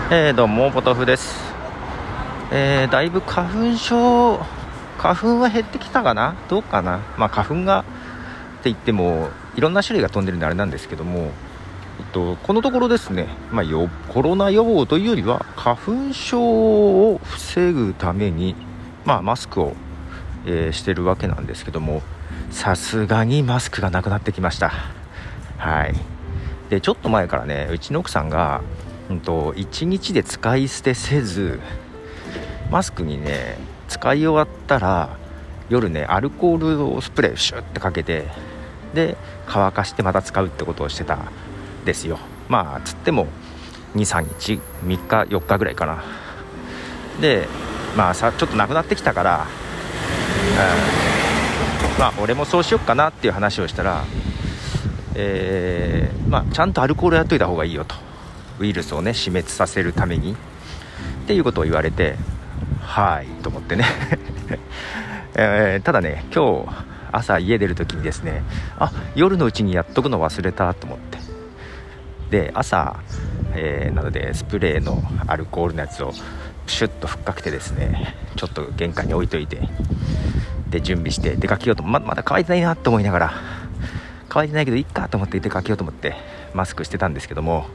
どうもポトフです。だいぶ花粉は減ってきたかな、どうかな。花粉がって言ってもいろんな種類が飛んでるんであれなんですけども、このところですね、コロナ予防というよりは花粉症を防ぐために、マスクを、してるわけなんですけども、さすがにマスクがなくなってきました。はい。でちょっと前からね、うちの奥さんが1日で使い捨てせず、マスクにね使い終わったら夜ねアルコールをスプレーシュッてかけて、で乾かしてまた使うってことをしてたんですよ。つっても 2,3 日3日4日ぐらいかな。でちょっとなくなってきたから、俺もそうしよっかなっていう話をしたら、ちゃんとアルコールやっといた方がいいよと、ウイルスをね死滅させるためにっていうことを言われて、はいと思ってね、ただね今日朝家出るときにですね、夜のうちにやっとくの忘れたと思って、で朝、なのでスプレーのアルコールのやつをシュッとふっかけてですね、ちょっと玄関に置いといて、で準備して出かけようと、まだ乾いてないなと思いながら、乾いてないけどいっかと思って出かけようと思ってマスクしてたんですけども、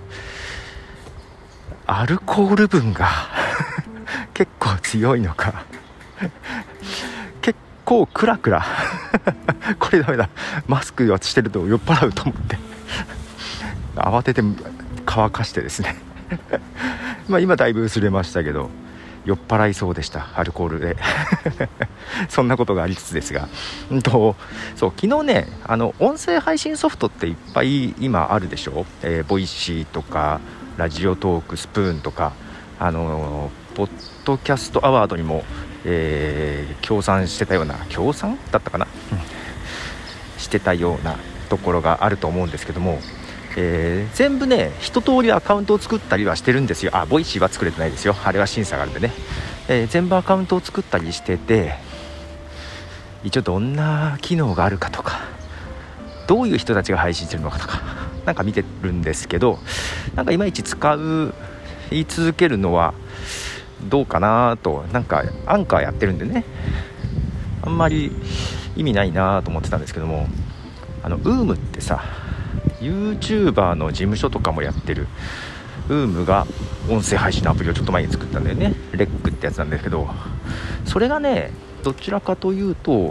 アルコール分が結構強いのか結構クラクラこれダメだ、マスクをしてると酔っ払うと思って慌てて乾かしてですね今だいぶ薄れましたけど、酔っ払いそうでした、アルコールでそんなことがありつつですが、そう昨日ね、音声配信ソフトっていっぱい今あるでしょ。ボイシーとかラジオトークスプーンとか、ポッドキャストアワードにも、協賛してたような、協賛だったかな、してたようなところがあると思うんですけども、全部ね一通りアカウントを作ったりはしてるんですよ。ボイシーは作れてないですよ、あれは審査があるんでね、全部アカウントを作ったりしてて、一応どんな機能があるかとか、どういう人たちが配信してるのかとかなんか見てるんですけど、なんかいまいち言い続けるのはどうかなと、なんかアンカーやってるんでね、あんまり意味ないなと思ってたんですけども、UM ってさ、YouTuber の事務所とかもやってる UM が音声配信のアプリをちょっと前に作ったんだよね。レックってやつなんですけど、それがねどちらかというと、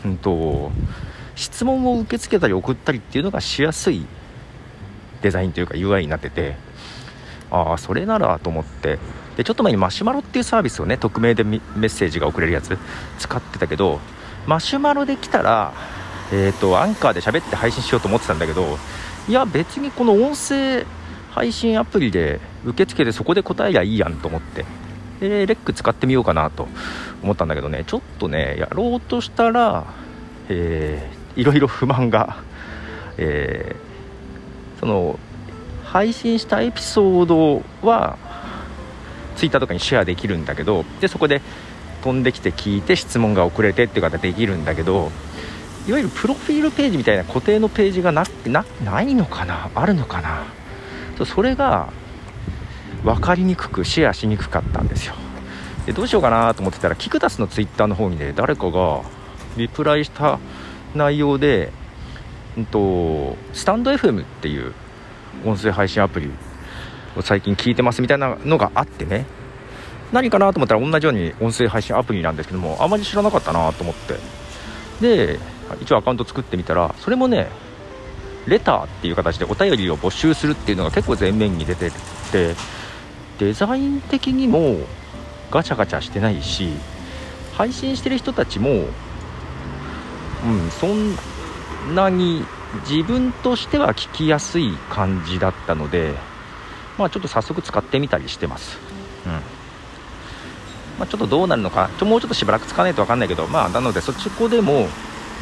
質問を受け付けたり送ったりっていうのがしやすいデザインというか UI になってて、それならと思って、でちょっと前にマシュマロっていうサービスをね、匿名でメッセージが送れるやつ使ってたけど、マシュマロできたらアンカーで喋って配信しようと思ってたんだけど、いや別にこの音声配信アプリで受け付けてそこで答えりゃいいやんと思って、レック使ってみようかなと思ったんだけどね、ちょっとねやろうとしたら、いろいろ不満が、その配信したエピソードはツイッターとかにシェアできるんだけど、でそこで飛んできて聞いて質問が送れてっていう形できるんだけど、いわゆるプロフィールページみたいな固定のページがないのかな、あるのかな、それが分かりにくくシェアしにくかったんですよ。でどうしようかなと思ってたら、キクタスのツイッターの方にね誰かがリプライした内容で、スタンド FM っていう音声配信アプリを最近聞いてますみたいなのがあってね、何かなと思ったら同じように音声配信アプリなんですけども、あまり知らなかったなと思って、で一応アカウント作ってみたら、それもねレターっていう形でお便りを募集するっていうのが結構前面に出てて、デザイン的にもガチャガチャしてないし、配信してる人たちもそんなに自分としては聞きやすい感じだったので、ちょっと早速使ってみたりしてます。ちょっとどうなるのかもうちょっとしばらく使わないと分かんないけど、なのでそこでも、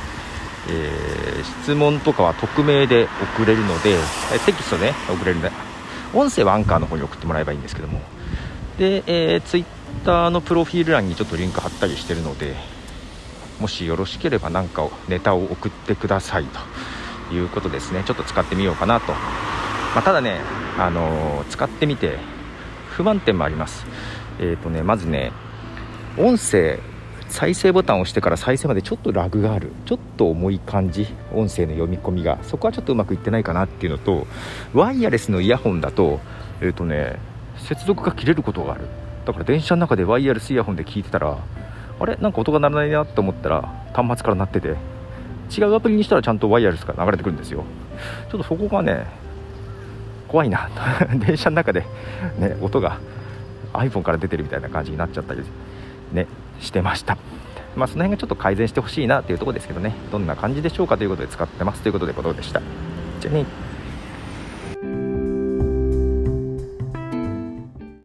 質問とかは匿名で送れるので、テキストで、送れるので、音声はアンカーの方に送ってもらえばいいんですけども、で、ツイッターのプロフィール欄にちょっとリンク貼ったりしてるので、もしよろしければ何かネタを送ってくださいということですね。ちょっと使ってみようかなと。ただね、使ってみて不満点もあります。まずね、音声再生ボタンを押してから再生までちょっとラグがある、ちょっと重い感じ、音声の読み込みが、そこはちょっとうまくいってないかなっていうのと、ワイヤレスのイヤホンだと接続が切れることがある。だから電車の中でワイヤレスイヤホンで聞いてたら、あれなんか音が鳴らないなと思ったら端末から鳴ってて、違うアプリにしたらちゃんとワイヤレスから流れてくるんですよ。ちょっとそこがね怖いな電車の中で、ね、音が iPhone から出てるみたいな感じになっちゃったり、ね、してました。その辺がちょっと改善してほしいなっていうところですけどね、どんな感じでしょうかということで使ってますということで、ことでした。じゃあね。